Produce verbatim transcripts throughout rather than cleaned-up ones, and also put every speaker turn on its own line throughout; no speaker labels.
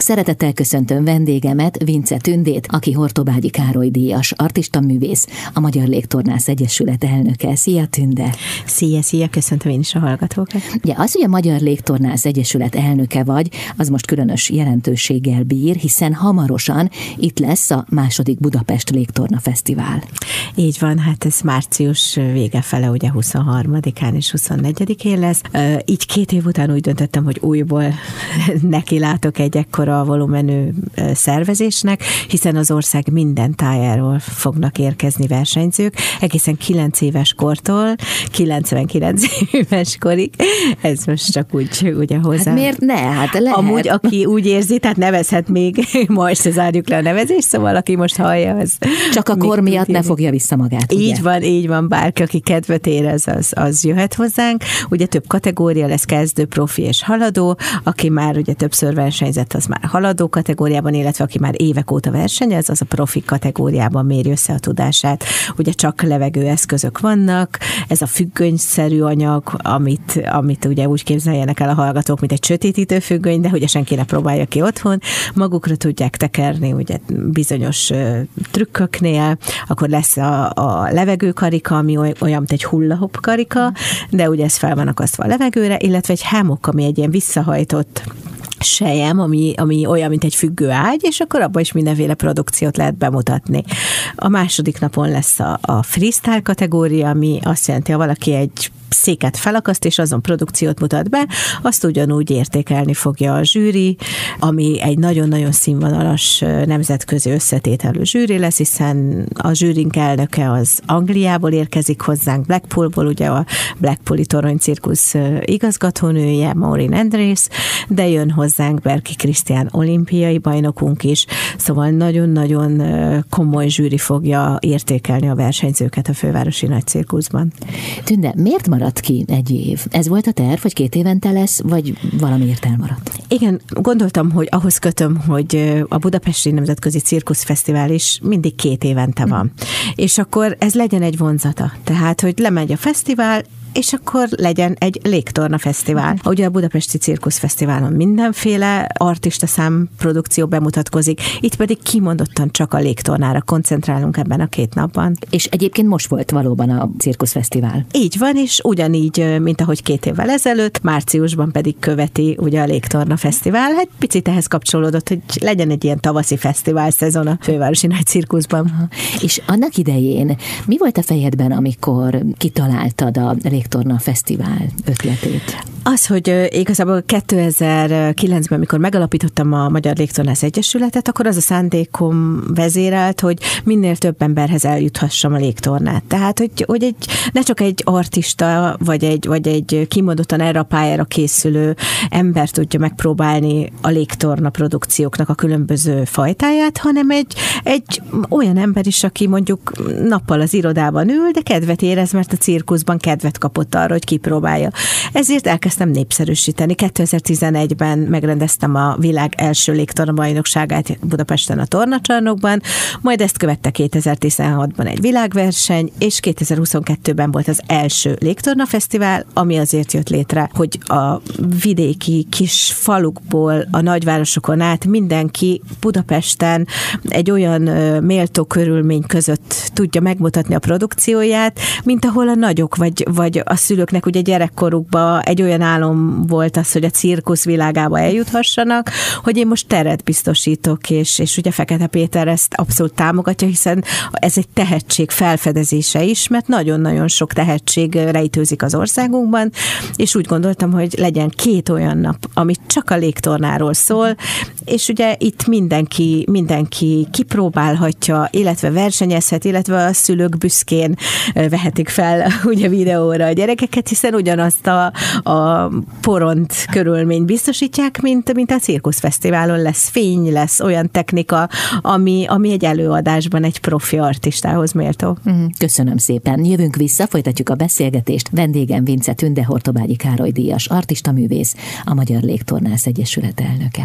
Szeretettel köszöntöm vendégemet, Vincze Tündét, aki Hortobágyi Károly díjas artistaművész, a Magyar Légtornász Egyesület elnöke. Szia, Tünde!
Szia, szia, köszöntöm én is a hallgatókat.
Ugye az, hogy a Magyar Légtornász Egyesület elnöke vagy, az most különös jelentőséggel bír, hiszen hamarosan itt lesz a második Budapest Légtorna Fesztivál.
Így van, hát ez március vége fele, ugye huszonharmadikán és huszonnegyedikén lesz. Így két év után úgy döntöttem, hogy újból neki látok egy ekkora volumenű szervezésnek, hiszen az ország minden tájáról fognak érkezni versenyzők, egészen kilenc éves kortól kilencvenkilenc éves korig. Ez most csak úgy ugye hozzá.
Hát miért ne? Hát lehet.
Amúgy, aki úgy érzi, tehát nevezhet még, ma este zárjuk le a nevezést, szóval aki most hallja, az...
Csak a kor miatt ne fogja vissza magát, ugye?
Így van, így van, bárki, aki kedvet érez, az, az jöhet hozzánk. Ugye több kategória lesz, kezdő, profi és haladó, aki már ugye többször versenyzett, az már haladó kategóriában, illetve aki már évek óta versenyez, az a profi kategóriában méri össze a tudását. Ugye csak levegőeszközök vannak, ez a függönyszerű anyag, amit, amit ugye úgy képzeljenek el a hallgatók, mint egy sötétítő függöny, de ugye senki ne próbálja ki otthon. Magukra tudják tekerni ugye bizonyos trükköknél, akkor lesz a, a levegőkarika, ami olyan, mint egy hullahop karika, de ugye ez fel van akasztva a levegőre, illetve egy hámok, ami egy ilyen visszahajtott sejem, ami, ami olyan, mint egy függő ágy, és akkor abban is mindenféle produkciót lehet bemutatni. A második napon lesz a, a freestyle kategória, ami azt jelenti, ha valaki egy széket felakaszt, és azon produkciót mutat be, azt ugyanúgy értékelni fogja a zsűri, ami egy nagyon-nagyon színvonalas nemzetközi összetételű zsűri lesz, hiszen a zsűrink elnöke az Angliából érkezik hozzánk, Blackpoolból, ugye a Blackpooli Torony Cirkusz igazgatónője, Maureen Andrews, de jön hozzánk Berki Krisztián olimpiai bajnokunk is, szóval nagyon-nagyon komoly zsűri fogja értékelni a versenyzőket a fővárosi nagycirkuszban.
Tünde, miért maradt ki egy év? Ez volt a terv, hogy két évente lesz, vagy valamiért elmaradt?
Igen, gondoltam, hogy ahhoz kötöm, hogy a Budapesti Nemzetközi Cirkuszfesztivál is mindig két évente van. Mm. És akkor ez legyen egy vonzata. Tehát, hogy lemegy a fesztivál, és akkor legyen egy légtorna fesztivál. Ugye a Budapesti Cirkuszfesztiválon mindenféle artista számprodukció bemutatkozik, itt pedig kimondottan csak a légtornára koncentrálunk ebben a két napban.
És egyébként most volt valóban a Cirkuszfesztivál.
Így van, és ugyanígy, mint ahogy két évvel ezelőtt, márciusban pedig követi ugye a Légtorna Fesztivál. Hát picit ehhez kapcsolódott, hogy legyen egy ilyen tavaszi fesztivál szezon a fővárosi nagycirkuszban. Aha.
És annak idején mi volt a fejedben, amikor kitaláltad a Légtorna Fesztivál ötletét?
Az, hogy igazából kétezer-kilencben, amikor megalapítottam a Magyar Légtornász Egyesületet, akkor az a szándékom vezérelt, hogy minél több emberhez eljuthassam a légtornát. Tehát, hogy, hogy egy, ne csak egy artista, vagy egy, vagy egy kimondottan erre a pályára készülő ember tudja megpróbálni a légtorna produkcióknak a különböző fajtáját, hanem egy, egy olyan ember is, aki mondjuk nappal az irodában ül, de kedvet érez, mert a cirkuszban kedvet kapott arra, hogy kipróbálja. Ezért elkezdtem népszerűsíteni. kétezer-tizenegyben megrendeztem a világ első légtorna bajnokságát Budapesten a tornacsarnokban, majd ezt követte kétezer-tizenhatban egy világverseny, és kétezer-huszonkettőben volt az első légtorna fesztivál, ami azért jött létre, hogy a vidéki kis falukból a nagyvárosokon át mindenki Budapesten egy olyan méltó körülmény között tudja megmutatni a produkcióját, mint ahol a nagyok, vagy, vagy a szülőknek ugye gyerekkorukban egy olyan álom volt az, hogy a cirkusz világába eljuthassanak, hogy én most teret biztosítok, és, és ugye Fekete Péter ezt abszolút támogatja, hiszen ez egy tehetség felfedezése is, mert nagyon-nagyon sok tehetség rejtőzik az országunkban, és úgy gondoltam, hogy legyen két olyan nap, ami csak a légtornáról szól, és ugye itt mindenki, mindenki kipróbálhatja, illetve versenyezhet, illetve a szülők büszkén vehetik fel ugye videóra a gyerekeket, hiszen ugyanazt a, a poront körülményt biztosítják, mint, mint a cirkuszfesztiválon lesz fény, lesz olyan technika, ami, ami egy előadásban egy profi artistához méltó.
Köszönöm szépen. Jövünk vissza, folytatjuk a beszélgetést. Vendégem Vincze Tünde, Hortobágyi Károly díjas artistaművész, a Magyar Légtornász Egyesület elnöke.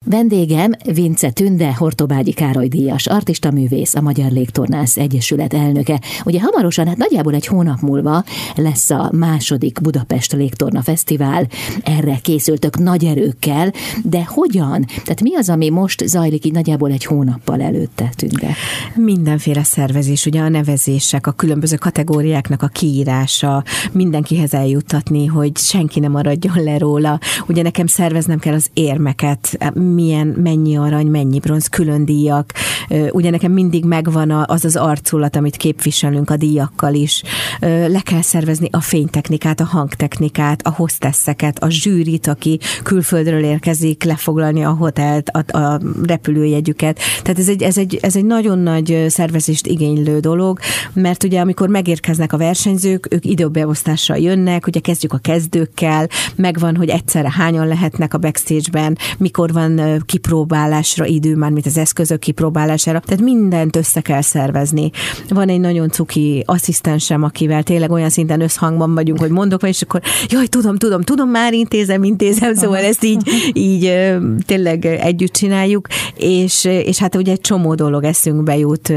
Vendégem Vincze Tünde, Hortobágyi Károly díjas artistaművész, a Magyar Légtornász Egyesület elnöke. Ugye hamarosan, hát nagyjából egy hónap múlva lesz a második Budapest Légtorna Fesztivál. Erre készültök nagy erőkkel, de hogyan? Tehát mi az, ami most zajlik így nagyjából egy hónappal előtte, Tünde?
Mindenféle szervezés, ugye a nevezések, a különböző kategóriáknak a kiírása, mindenkihez eljuttatni, hogy senki nem maradjon le róla. Ugye nekem szerveznem kell az érmeket, milyen, mennyi arany, mennyi bronz, külön díjak. Ugye nekem mindig megvan az az arculat, amit képviselünk a díjakkal is. Le kell szervezni a fénytechnikát, a hangtechnikát, a hostesseket, a zsűrit, aki külföldről érkezik, lefoglalni a hotelt, a, a repülőjegyüket. Tehát ez egy, ez, egy, ez egy nagyon nagy szervezést igénylő dolog, mert ugye amikor megérkeznek a versenyzők, ők időbeosztással jönnek, ugye kezdjük a kezdőkkel, megvan, hogy egyszerre hányan lehetnek a backstage-ben, mikor van kipróbálásra idő, mármint az eszközök kipróbálására, tehát mindent össze kell szervezni. Van egy nagyon cuki asszisztensem, akivel tényleg olyan szinten összhangban vagyunk, hogy mondok, és akkor jaj, tudom, tudom, tudom, már intézem, intézem, szóval ezt így, így tényleg együtt csináljuk, és, és hát ugye egy csomó dolog eszünkbe jut,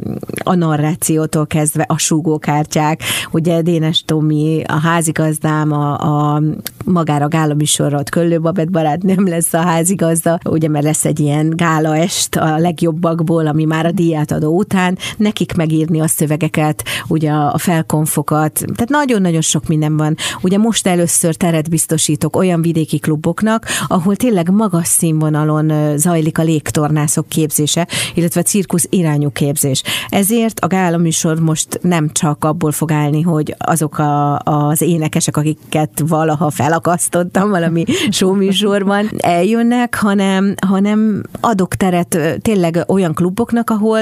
a narrációtól kezdve a súgókártyák, ugye Dénes Tomi, a házigazdám, a, a magára gálaműsorra, ott Köllő Babett barátnőm lesz a házigazda, ugye mert lesz egy ilyen gálaest a legjobbakból, ami már a díjátadó után, nekik megírni a szövegeket, ugye a felkonfokat, tehát nagyon-nagyon sok minden van. Ugye most először teret biztosítok olyan vidéki kluboknak, ahol tényleg magas színvonalon zajlik a légtornászok képzése, illetve a cirkusz irányú képzés. Ezért a gálaműsor most nem csak abból fog állni, hogy azok a, az énekesek, akiket valaha felakasztottam valami showműsorban, eljönnek, hanem, hanem adok teret tényleg olyan kluboknak, ahol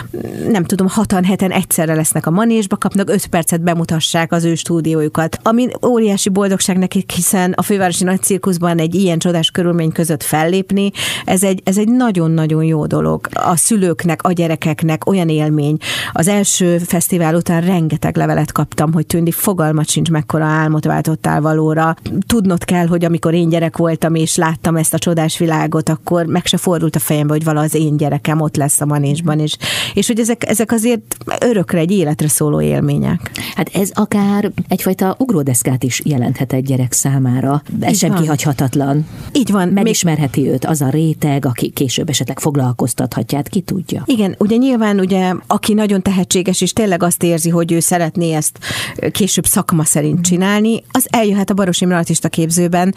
nem tudom, hatan, heten egyszerre lesznek a manésba, kapnak öt percet, bemutassák az ő stúdiójukat. Ami óriási boldogság nekik, hiszen a Fővárosi Nagy Cirkuszban egy ilyen csodás körülmény között fellépni, ez egy, ez egy nagyon-nagyon jó dolog. A szülőknek, a gyerekeknek olyan élmény. Az első fesztivál után rengeteg levelet kaptam, hogy Tündi, fogalmat sincs, mekkora álmot váltottál valóra. Tudnod kell, hogy amikor én gyerek voltam, és láttam ezt a csodás világot, akkor meg se fordult a fejembe, hogy vala az én gyerekem ott lesz a manésban, és, és hogy ezek, ezek azért örökre, egy életre szóló élmények.
Hát ez akár egyfajta ugródeszkát is jelenthet egy gyerek számára. Ez Így sem van. Kihagyhatatlan.
Így van.
Megismerheti még... őt az a réteg, aki később esetleg foglalkoztathatját, ki tudja.
Igen, ugye nyilván, ugye, aki nagyon tehetséges, és tényleg azt érzi, hogy ő szeretné ezt később szakma szerint csinálni, az eljöhet a Baross Imre Artista Képzőben,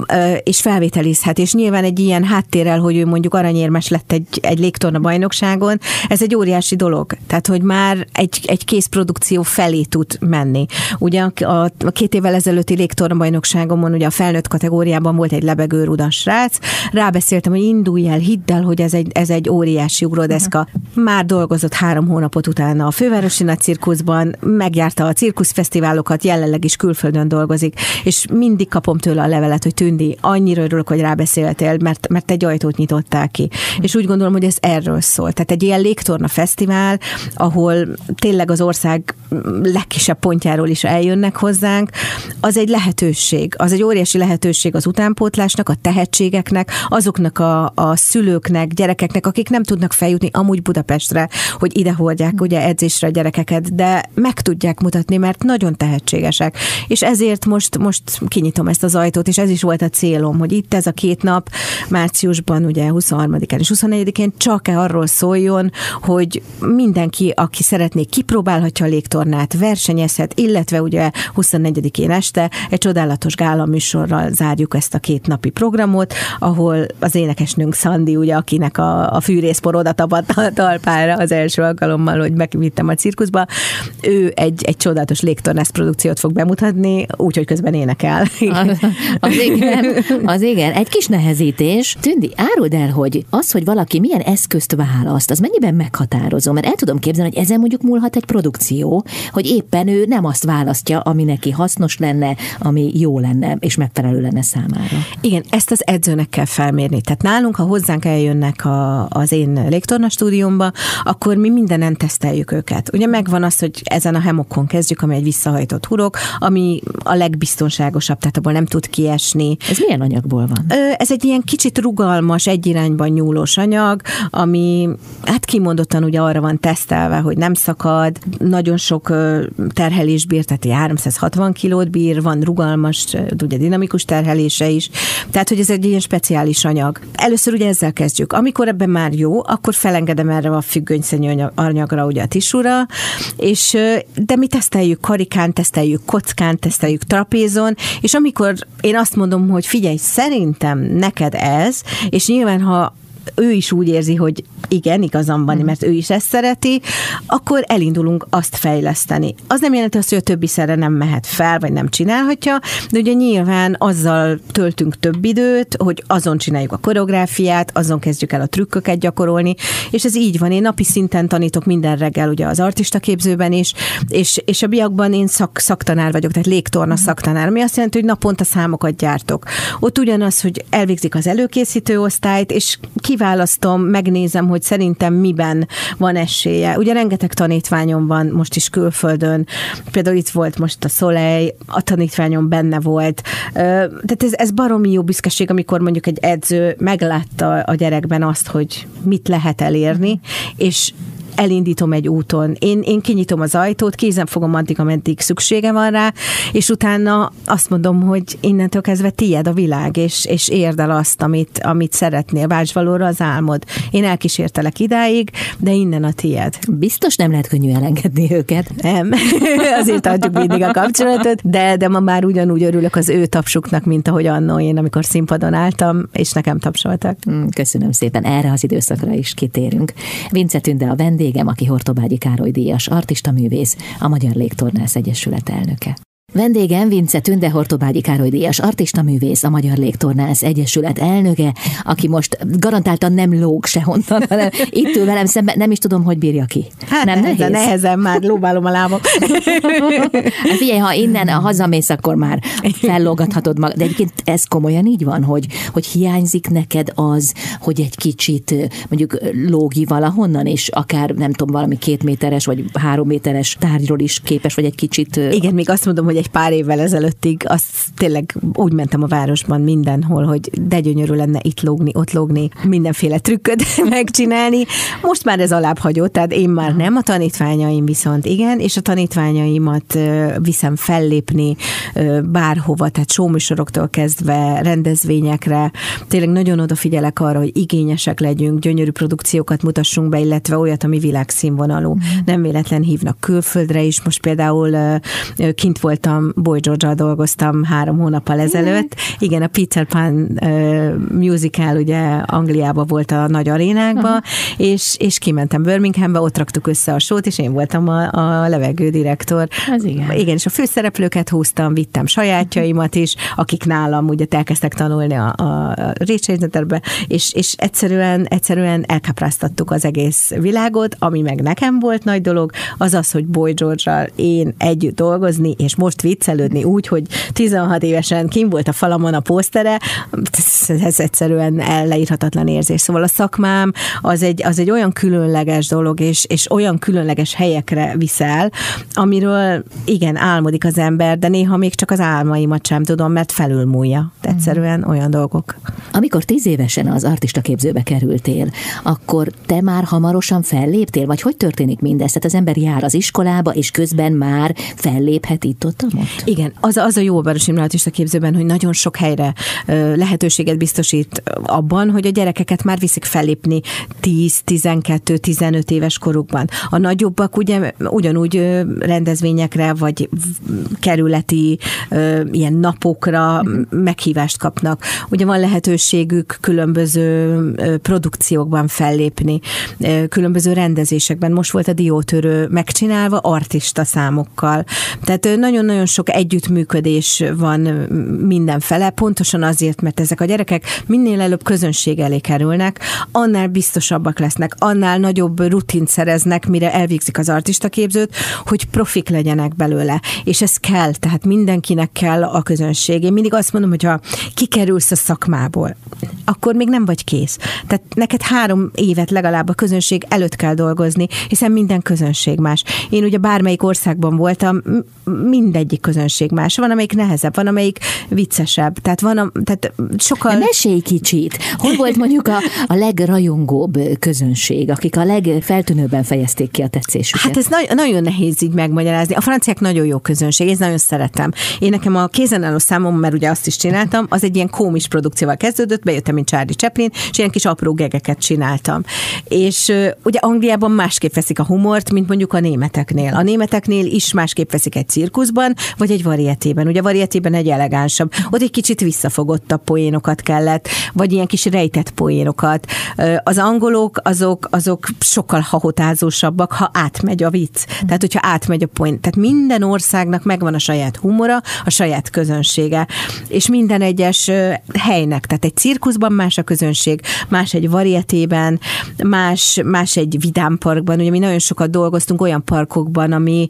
és felvételizhet, és nyilván egy ilyen háttérrel, hogy ő mondjuk aranyérmes lett egy, egy légtorna bajnokságon, ez egy óriási dolog. Tehát, hogy már egy, egy készprodukció felé tud menni. Ugye a, a, a két évvel ezelőtti légtorna bajnokságomon, ugye a felnőtt kategóriában volt egy lebegő rudas srác, rábeszéltem, hogy indulj el, hidd el, hogy ez egy, ez egy óriási ugródeszka. Már dolgozott három hónapot utána a Fővárosi Nagy Cirkuszban, megjárta a cirkuszfesztiválokat, jelenleg is külföldön dolgozik, és mindig kapom tőle a levelet, hogy Tündi, annyira örülök, hogy rábeszéltél, mert, mert egy ajtót nyitottál ki. És úgy gondolom, hogy ez erről szól. Tehát egy ilyen légtorna fesztivál, ahol tényleg az ország legkisebb pontjáról is eljönnek hozzánk, az egy lehetőség. Az egy óriási lehetőség az utánpótlásnak, a tehetségeknek, azoknak a, a szülőknek, gyerekeknek, akik nem tudnak feljutni amúgy Budapestre, hogy ide hordják ugye edzésre a gyerekeket, de meg tudják mutatni, mert nagyon tehetségesek. És ezért most, most kinyitom ezt az ajtót, és ez is volt a célom, hogy itt ez a két nap, márciusban ugye huszonharmadikán és huszonnegyedikén csak arról szóljon, hogy mindenki, aki szeretné, kipróbálhatja a légtornát, versenyezhet, illetve ugye huszonnegyedikén este egy csodálatos gála műsorral zárjuk ezt a két napi programot, ahol az énekesnőnk Szandi, ugye, akinek a, a fűrészpor oda tapadt a talpára az első alkalommal, hogy megvittem a cirkuszba, ő egy, egy csodálatos légtornász produkciót fog bemutatni, úgyhogy közben énekel.
Az, az igen, az igen. Egy kis nehezítés. Tündi, áruld el, hogy az, hogy valaki milyen eszközt választ, az mennyiben meghatározó? Mert el tudom képzelni, hogy ezen mondjuk múlhat egy produkció, hogy éppen ő nem azt választja, ami neki hasznos lenne, ami jó lenne, és megfelelő lenne számára.
Igen, ezt az edzőnek kell felmérni. Tehát nálunk, ha hozzánk eljön bejönnek a, az én légtorna stúdiómba, akkor mi mindenen teszteljük őket. Ugye megvan az, hogy ezen a hemokon kezdjük, ami egy visszahajtott hurok, ami a legbiztonságosabb, tehát abból nem tud kiesni.
Ez milyen anyagból van?
Ez egy ilyen kicsit rugalmas, egy irányban nyúlós anyag, ami hát kimondottan ugye arra van tesztelve, hogy nem szakad, nagyon sok terhelés bír, tehát háromszázhatvan kilót bír, van rugalmas, ugye dinamikus terhelése is, tehát hogy ez egy ilyen speciális anyag. Először ugye ezzel kezdjük. Amikor ebben már jó, akkor felengedem erre a függönyszerű anyagra, ugye a tisúra, és de mi teszteljük karikán, teszteljük kockán, teszteljük trapézon, és amikor én azt mondom, hogy figyelj, szerintem neked ez, és nyilván, ha ő is úgy érzi, hogy igen, igazam van, mert ő is ezt szereti, akkor elindulunk azt fejleszteni. Az nem jelenti azt, hogy a többi szerre nem mehet fel, vagy nem csinálhatja, de ugye nyilván azzal töltünk több időt, hogy azon csináljuk a koreográfiát, azon kezdjük el a trükköket gyakorolni, és ez így van. Én napi szinten tanítok minden reggel ugye az artista képzőben is, és, és a biakban én szak, szaktanár vagyok, tehát légtorna szaktanár, ami azt jelenti, hogy naponta számokat gyártok. Ott ugyanaz, hogy elvégzik az előkészítő osztályt, és kiválasztom, megnézem, hogy szerintem miben van esélye. Ugye rengeteg tanítványom van most is külföldön, például itt volt most a Soleil, a tanítványom benne volt. Tehát ez, ez baromi jó büszkeség, amikor mondjuk egy edző meglátta a gyerekben azt, hogy mit lehet elérni, és elindítom egy úton. Én, én kinyitom az ajtót, kézen fogom addig, ameddig szüksége van rá, és utána azt mondom, hogy innentől kezdve tiéd a világ, és, és érd el azt, amit, amit szeretnél. Válts valóra az álmod. Én elkísértelek idáig, de innen a tiéd.
Biztos nem lehet könnyű elengedni őket.
Nem. Azért adjuk mindig a kapcsolatot, de, de ma már ugyanúgy örülök az ő tapsuknak, mint ahogy annó én, amikor színpadon álltam, és nekem tapsoltak.
Köszönöm szépen. Erre az időszakra is kitérünk. Vince Tünde a vendégem, aki Hortobágyi Károly díjas artistaművész, a Magyar Légtornász Egyesület elnöke. Vendégem Vince Tünde, Hortobágyi Károly díjas artistaművész, a Magyar Légtornász Egyesület elnöke, aki most garantáltan nem lóg sehonnan, hanem itt ül velem szemben, nem is tudom, hogy bírja ki.
Hát
nem
nehéz?
nehéz?
Nehezen már lóbálom a lábam.
Hát figyelj, ha innen hazamész, akkor már fellógathatod magad. De egyébként ez komolyan így van, hogy, hogy hiányzik neked az, hogy egy kicsit mondjuk lógi valahonnan, és akár nem tudom, valami két méteres vagy három méteres tárgyról is képes, vagy egy kicsit...
Igen, még azt mondom, hogy egy pár évvel ezelőttig azt tényleg úgy mentem a városban mindenhol, hogy de gyönyörű lenne itt lógni, ott lógni, mindenféle trükköt megcsinálni. Most már ez alább hagyott, tehát én már nem, a tanítványaim viszont igen, és a tanítványaimat viszem fellépni bárhova, tehát showműsoroktól kezdve rendezvényekre. Tényleg nagyon odafigyelek arra, hogy igényesek legyünk, gyönyörű produkciókat mutassunk be, illetve olyat, ami világszínvonalú. Mm. Nem véletlen hívnak külföldre is. Most például kint voltam, Boy George-al dolgoztam három hónappal ezelőtt. Igen, a Peter Pan uh, musical ugye Angliában volt a nagy arénákban, uh-huh. és, és kimentem Birminghamba, ott raktuk össze a sót, és én voltam a, a levegődirektor.
Az igen.
Igen, és a főszereplőket húztam, vittem sajátjaimat is, akik nálam ugye elkezdtek tanulni a, a rétségzeterbe, és, és egyszerűen, egyszerűen elkápráztattuk az egész világot, ami meg nekem volt nagy dolog, az az, hogy Boy George-al én együtt dolgozni, és most viccelődni úgy, hogy tizenhat évesen kim volt a falamon a posztere, ez, ez egyszerűen leírhatatlan érzés. Szóval a szakmám az egy, az egy olyan különleges dolog, és, és olyan különleges helyekre viszel, amiről igen, álmodik az ember, de néha még csak az álmaimat sem tudom, mert felülmúlja. Egyszerűen olyan dolgok.
Amikor tíz évesen az artistaképzőbe kerültél, akkor te már hamarosan felléptél, vagy hogy történik mindez? Tehát az ember jár az iskolába, és közben már felléphet itt ott, ott?
Igen, az, az a jó a Baros Imre artistaképzőben, hogy nagyon sok helyre lehetőséget biztosít abban, hogy a gyerekeket már viszik fellépni tíz, tizenkettő, tizenöt éves korukban. A nagyobbak ugye ugyanúgy rendezvényekre, vagy kerületi ilyen napokra meghívást kapnak. Ugye van lehetőségük különböző produkciókban fellépni, különböző rendezésekben. Most volt a Diótörő megcsinálva artista számokkal. Tehát nagyon-nagyon nagyon sok együttműködés van mindenfele, pontosan azért, mert ezek a gyerekek minél előbb közönség elé kerülnek, annál biztosabbak lesznek, annál nagyobb rutint szereznek, mire elvégzik az artistaképzőt, hogy profik legyenek belőle. És ez kell, tehát mindenkinek kell a közönség. Én mindig azt mondom, hogy ha kikerülsz a szakmából, akkor még nem vagy kész. Tehát neked három évet legalább a közönség előtt kell dolgozni, hiszen minden közönség más. Én ugye bármelyik országban voltam, mindegyik közönség más. Van, amelyik nehezebb, van, amelyik viccesebb. Tehát van, a, tehát sokkal...
De mesélj kicsit. Hol volt mondjuk a, a legrajongóbb közönség, akik a legfeltűnőbben fejezték ki a tetszésüket?
Hát ez na- nagyon nehéz így megmagyarázni. A franciák nagyon jó közönség, én nagyon szeretem. Én nekem a kézenálló számom, mert ugye azt is csináltam, az egy ilyen komikus produkcióval kezdődött, bejöttem, mint Charlie Chaplin, és ilyen kis apró gegeket csináltam. És uh, ugye Angliában másképp veszik a humort, mint mondjuk a németeknél. A németeknél is másképp veszik egy cirkuszban, vagy egy varietében. Ugye a varietében egy elegánsabb. Ott egy kicsit visszafogottabb poénokat kellett, vagy ilyen kis rejtett poénokat. Az angolok, azok, azok sokkal hahotázósabbak, ha átmegy a vicc. Tehát, hogyha átmegy a poén. Tehát minden országnak megvan a saját humora, a saját közönsége. És minden egyes helynek. Tehát egy cirkuszban más a közönség, más egy varietében, más, más egy vidámparkban. Ugye mi nagyon sokat dolgoztunk olyan parkokban, ami,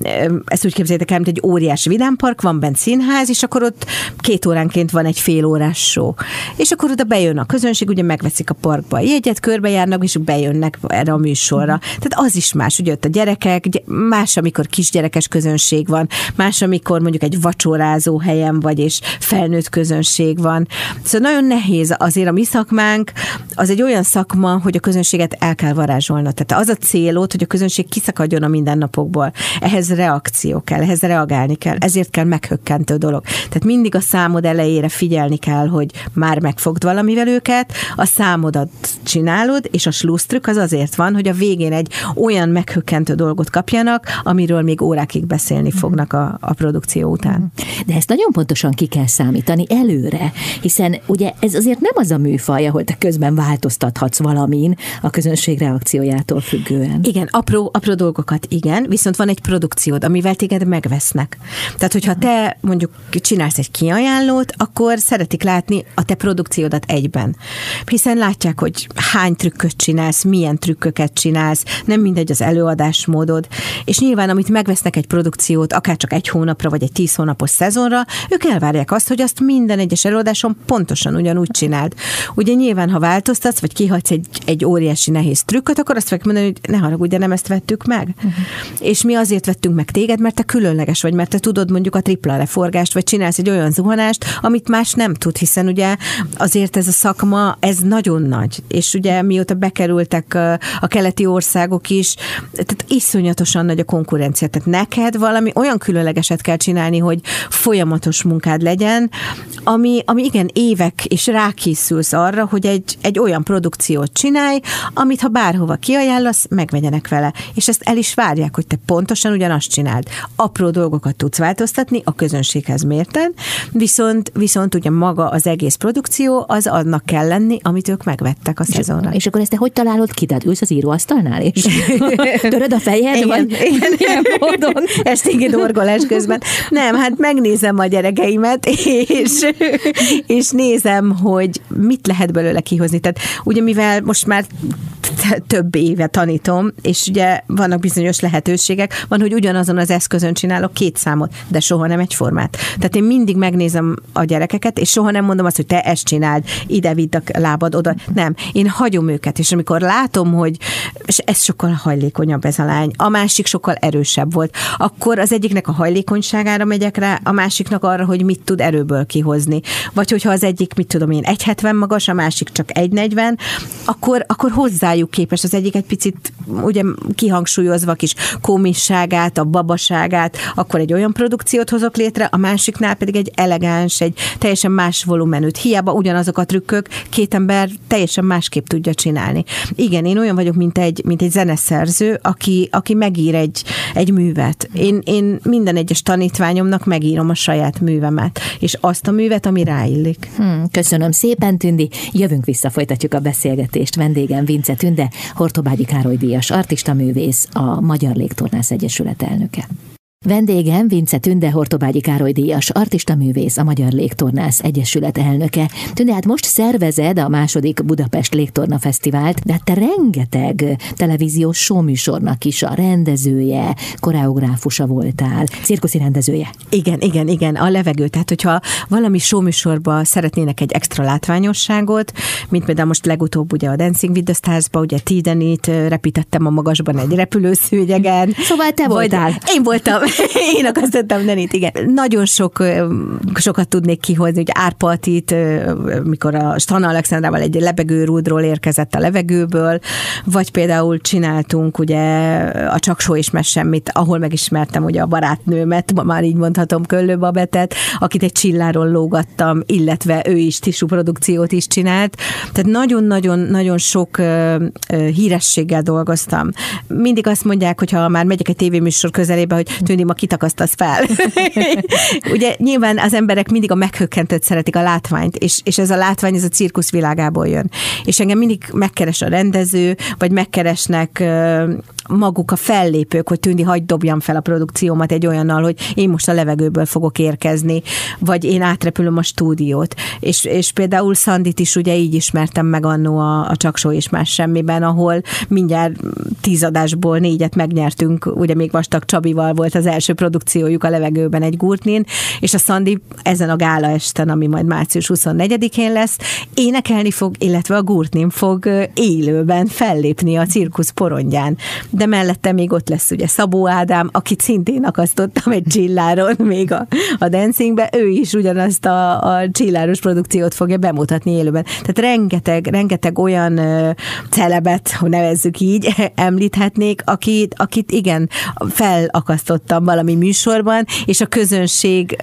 ezt úgy képzeljétek el, mint egy óriás vidámpark, van bent színház, és akkor ott két óránként van egy fél órás show. És akkor oda bejön a közönség, ugye megveszik a parkba a jegyet, körbejárnak, és bejönnek erre a műsorra. Tehát az is más, ugye ott a gyerekek, más, amikor kisgyerekes közönség van, más, amikor mondjuk egy vacsorázó helyen vagy, és felnőtt közönség van. Szóval nagyon nehéz azért a mi szakmánk, az egy olyan szakma, hogy a közönséget el kell varázsolnod. Tehát az a célod, hogy a közönség kiszakadjon a mindennapokból. Ehhez reakció kell, ehhez reagálni kell, ezért kell meghökkentő dolog. Tehát mindig a számod elejére figyelni kell, hogy már megfogd valamivel őket, a számodat csinálod, és a slussztrükk az azért van, hogy a végén egy olyan meghökkentő dolgot kapjanak, amiről még órákig beszélni fognak a, a produkció után.
De ezt nagyon pontosan ki kell számítani előre, hiszen ugye ez azért nem az a műfaj, ahol te közben változtathatsz valamin a közönség reakciójától függően.
Igen, apró, apró dolgokat, igen, viszont van egy produkciód, amivel téged megvesznek. Tehát, hogyha te mondjuk csinálsz egy kiajánlót, akkor szeretik látni a te produkciódat egyben. Hiszen látják, hogy hány trükköt csinálsz, milyen trükköket csinálsz, nem mindegy az előadásmódod, és nyilván, amit megvesznek egy produkciót, akár csak egy hónapra, vagy egy tíz hónapos szezonra, ők elvárják azt, hogy azt minden egyes előadáson pontosan ugyanúgy csináld. Ugye nyilván, ha változtatsz, vagy kihagysz egy, egy óriási nehéz trükköt, akkor azt fogják mondani, hogy ne haragudj, de nem ezt vettük meg. Uh-huh. És mi azért vettünk meg téged, mert te különleges vagy, mert te tudod mondjuk a tripla leforgást, vagy csinálsz egy olyan zuhanást, amit más nem tud, hiszen ugye azért ez a szakma, ez nagyon nagy. És ugye mióta bekerültek a keleti országok is, tehát iszonyatosan nagy a konkurencia. Tehát neked valami olyan különlegeset kell csinálni, hogy folyamatos munkád legyen, ami, ami igen, évek, és rákészülsz arra, hogy egy, egy olyan produkciót csinálj, amit ha bárhova kiajánlasz, megvegyenek vele. És ezt el is várják, hogy te pontosan ugyanazt csináld. Apró dolgokat tudsz változtatni, a közönséghez mérten, viszont, viszont ugye maga az egész produkció, az annak kell lenni, amit ők megvettek a szezonra.
És akkor ezt te hogy találod ki? Tehát ülsz az íróasztalnál, és töröd a fejed?
Igen,
vagy
igen. Milyen módon? Esténgi dorgolás közben. Nem, hát megnézem a gyerekeimet, és, és nézem, hogy mit lehet belőle kihozni. Tehát ugye mivel most már több éve tanítom, és ugye vannak bizonyos lehetőségek, van, hogy ugyanazon az eszközön csinálok két számot, de soha nem egyformát. Tehát én mindig megnézem a gyerekeket, és soha nem mondom azt, hogy te ezt csináld, ide vidd a lábad, oda. Nem, én hagyom őket, és amikor látom, hogy és ez sokkal hajlékonyabb ez a lány, a másik sokkal erősebb volt, akkor az egyiknek a hajlékonyságára megyek rá, a másiknak arra, hogy mit tud erőből kihozni. Vagy hogyha az egyik, mit tudom én, egy hetven magas, a másik csak egy negyven, akkor, akkor hozzájuk képes az egyik egy picit ugye kihangsúlyozva kis komisságát, a babaságát, akkor egy olyan produkciót hozok létre, a másiknál pedig egy elegáns, egy teljesen más volumenűt. Hiába ugyanazok a trükkök, két ember teljesen másképp tudja csinálni. Igen, én olyan vagyok, mint egy, mint egy zeneszerző, aki, aki megír egy, egy művet. Én, én minden egyes tanítványomnak megírom a saját művemet, és azt a művet, ami ráillik.
Hmm, köszönöm szépen, Tündi. Jövünk vissza, folytatjuk a beszélgetést. Vendégem Vince Tünde, Hortobágyi Károly díjas artistaművész, a Magyar Légtornász Egyesület elnöke. Vendégem Vincze Tünde Hortobágyi Károly díjas artistaművész, a Magyar Légtornász Egyesület elnöke. Tünde, hát most szervezed a második Budapest Légtorna Fesztivált, de hát te rengeteg televíziós showműsornak is a rendezője, koreográfusa voltál, cirkuszi rendezője.
Igen, igen, igen, a levegő. Tehát, hogyha valami showműsorba szeretnének egy extra látványosságot, mint például most legutóbb ugye a Dancing with the Stars-ba, ugye Tidenit repítettem a magasban egy repülőszőnyegen.
Szóval te voltál.
Én voltam. Én akasztottam Denit, igen. Nagyon sok, sokat tudnék kihozni, ugye Árpatit, mikor a Stana Alexandrával egy lebegőrúdról érkezett a levegőből, vagy például csináltunk ugye a Csak so és mes semmit, ahol megismertem ugye a barátnőmet, ma már így mondhatom, Köllő Babettet, akit egy csilláról lógattam, illetve ő is tisú produkciót is csinált. Tehát nagyon-nagyon-nagyon sok hírességgel dolgoztam. Mindig azt mondják, hogyha már megyek egy tévéműsor közelébe, hogy Tündi, ma kitakasztasz fel. Ugye nyilván az emberek mindig a meghökkentőt szeretik, a látványt, és, és ez a látvány, ez a cirkusz világából jön. És engem mindig megkeres a rendező, vagy megkeresnek maguk a fellépők, hogy Tündi, hagyd dobjam fel a produkciómat egy olyannal, hogy én most a levegőből fogok érkezni, vagy én átrepülöm a stúdiót. És, és például Szandit is ugye így ismertem meg annó a, a Csak so és más semmiben, ahol mindjárt tíz adásból négyet megnyertünk, ugye még Vastag Csabival volt az első produkciójuk a levegőben egy gurtnin, és a Szandi ezen a gála esten, ami majd március huszonnegyedikén lesz, énekelni fog, illetve a gurtnin fog élőben fellépni a cirkusz porondján. De mellette még ott lesz ugye Szabó Ádám, akit szintén akasztottam egy csilláron még a, a dancingbe, ő is ugyanazt a, a csilláros produkciót fogja bemutatni élőben. Tehát rengeteg, rengeteg olyan uh, celebet, hogy nevezzük így, említhetnék, akit, akit igen, felakasztottam valami műsorban, és a közönség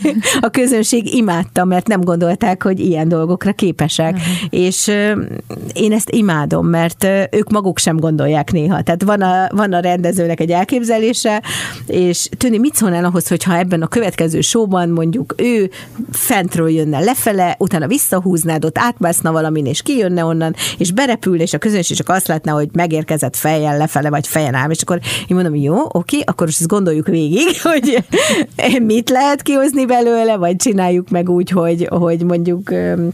a közönség imádta, mert nem gondolták, hogy ilyen dolgokra képesek. Uh-huh. És uh, én ezt imádom, mert uh, ők maguk sem gondolják néha. Tehát van a, van a rendezőnek egy elképzelése, és Tündi, mit szólnál ahhoz, hogyha ebben a következő showban mondjuk ő fentről jönne lefele, utána visszahúznád, ott átmászna valamin, és kijönne onnan, és berepül, és a közönség csak azt látná, hogy megérkezett fejjel lefele, vagy fejen áll, és akkor én mondom, jó, oké, akkor most ezt gondoljuk végig, hogy mit lehet kihozni belőle, vagy csináljuk meg úgy, hogy, hogy mondjuk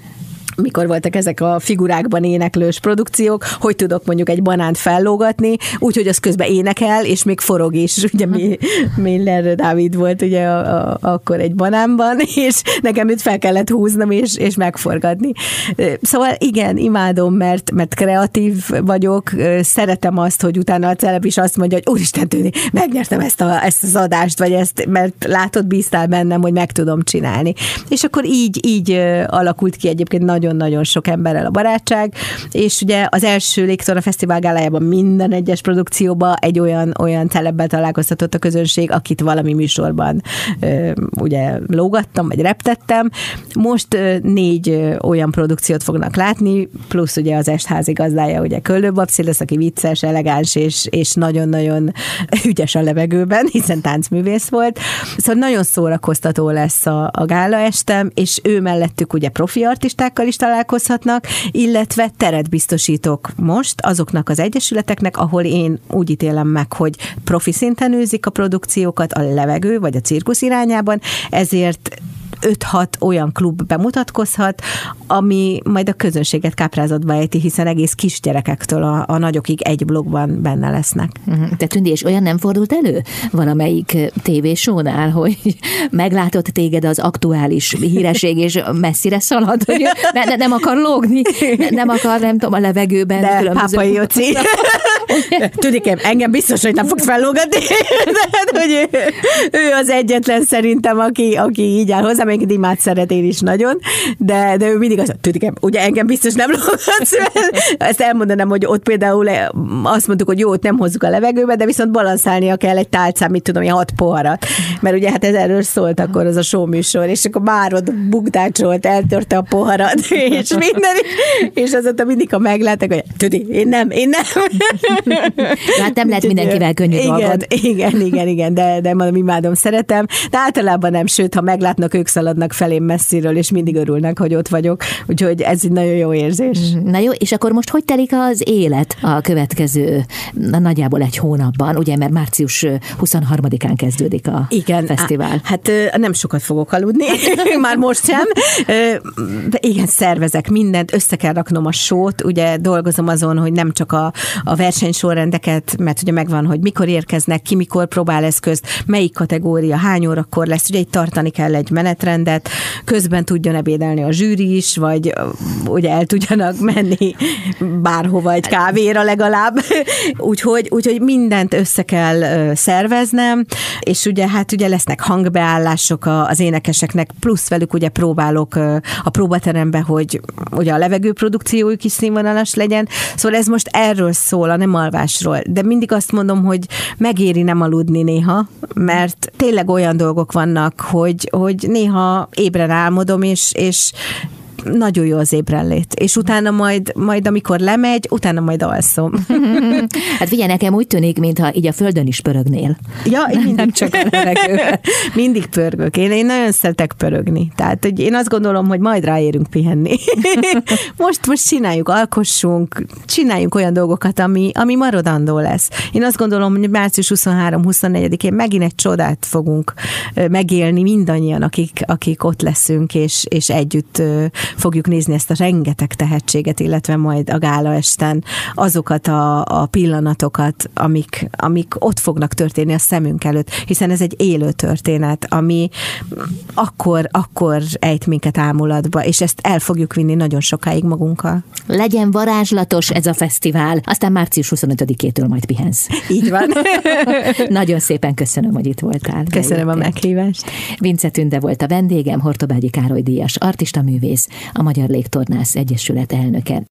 mikor voltak ezek a figurákban éneklős produkciók, hogy tudok mondjuk egy banánt fellógatni, úgyhogy az közben énekel, és még forog is. Ugye mi, Miller Dávid volt ugye a, a, akkor egy banánban, és nekem őt fel kellett húznom, és, és megforgatni. Szóval igen, imádom, mert, mert kreatív vagyok, szeretem azt, hogy utána a celeb is azt mondja, hogy úristen Tündi, megnyertem ezt, a, ezt az adást, vagy ezt, mert látod, bíztál bennem, hogy meg tudom csinálni. És akkor így, így alakult ki egyébként nagyon-nagyon sok emberrel a barátság, és ugye az első Légtorna Fesztivál gálájában minden egyes produkcióban egy olyan, olyan celebbel találkoztatott a közönség, akit valami műsorban ö, ugye lógattam, vagy reptettem. Most ö, négy ö, olyan produkciót fognak látni, plusz ugye az est házigazdája, ugye Köllő Babsi lesz, aki vicces, elegáns, és, és nagyon-nagyon ügyes a levegőben, hiszen táncművész volt. Szóval nagyon szórakoztató lesz a, a gála estem, és ő mellettük ugye profi artistákkal is találkozhatnak, illetve teret biztosítok most azoknak az egyesületeknek, ahol én úgy ítélem meg, hogy profi szinten űzik a produkciókat a levegő vagy a cirkusz irányában, ezért öt-hat olyan klub bemutatkozhat, ami majd a közönséget káprázatba ejti, hiszen egész kisgyerekektől a, a nagyokig egy blogban benne lesznek.
Te Tündi, és olyan nem fordult elő valamelyik tévésónál, hogy meglátott téged az aktuális híresség, és messzire szalad, hogy ne, ne, nem akar lógni, ne, nem akar, nem tudom, a levegőben.
De különböző... Pápai Jóci. Tüdikém, engem biztos, hogy nem fogsz fellógatni. De, hogy ő, ő az egyetlen szerintem, aki, aki így áll hozzá, még imát szeret én is nagyon, de, de ő mindig azt mondja, Tüdikém, ugye engem biztos nem lógatsz fel. Ezt elmondanám, hogy ott például azt mondtuk, hogy jó, ott nem hozzuk a levegőbe, de viszont balanszálnia kell egy tálcán, mit tudom, ilyen hat poharat. Mert ugye hát ez erről szólt akkor az a show műsor, és akkor már ott bukdácsolt, eltörte a poharat, és minden, és azóta mindig, ha meglátok, hogy Tüdi, én nem, én nem.
Hát nem lehet mindenkivel könnyű
igen,
dolgod.
Igen, igen, igen, de, de mondom, imádom, szeretem, de általában nem, sőt, ha meglátnak, ők szaladnak felém messziről, és mindig örülnek, hogy ott vagyok, úgyhogy ez egy nagyon jó érzés.
Na jó, és akkor most hogy telik az élet a következő nagyjából egy hónapban, ugye, mert március huszonharmadikán kezdődik a
igen,
fesztivál.
Á, hát nem sokat fogok aludni, már most sem. De igen, szervezek mindent, össze kell raknom a sót, ugye dolgozom azon, hogy nem csak a, a versenysorrendeket, mert ugye megvan, hogy mikor érkeznek, ki mikor próbál eszközt, melyik kategória, hány órakor lesz, ugye itt tartani kell egy menetrendet, közben tudjon ebédelni a zsűri is, vagy ugye el tudjanak menni bárhova egy kávéra legalább. Úgyhogy, úgyhogy mindent össze kell szerveznem, és ugye hát ugye lesznek hangbeállások az énekeseknek, plusz velük ugye próbálok a próbaterembe, hogy ugye a levegőprodukciójuk is színvonalas legyen. Szóval ez most erről szól, a nem alvásról. De mindig azt mondom, hogy megéri nem aludni néha, mert tényleg olyan dolgok vannak, hogy, hogy néha ébren álmodom, és, és nagyon jó az ébrenlét. És utána majd, majd amikor lemegy, utána majd alszom.
Hát figyelj, nekem úgy tűnik, mintha így a földön is pörögnél.
Ja, én mindig nem csak a levegőben. Mindig pörgök. Én, én nagyon szeretek pörögni. Tehát, hogy én azt gondolom, hogy majd ráérünk pihenni. Most, most csináljuk, alkossunk, csináljunk olyan dolgokat, ami, ami maradandó lesz. Én azt gondolom, hogy március huszonhárom-huszonnegyedikén megint egy csodát fogunk megélni mindannyian, akik, akik ott leszünk, és, és együtt fogjuk nézni ezt a rengeteg tehetséget, illetve majd a gálaesten azokat a, a pillanatokat, amik, amik ott fognak történni a szemünk előtt, hiszen ez egy élő történet, ami akkor, akkor ejt minket ámulatba, és ezt el fogjuk vinni nagyon sokáig magunkkal.
Legyen varázslatos ez a fesztivál, aztán március huszonötödikétől majd pihensz.
Így van.
Nagyon szépen köszönöm, hogy itt voltál.
Köszönöm a meghívást.
Vince Tünde volt a vendégem, Hortobágyi Károly díjas artista művész, a Magyar Légtornász Egyesület elnöke.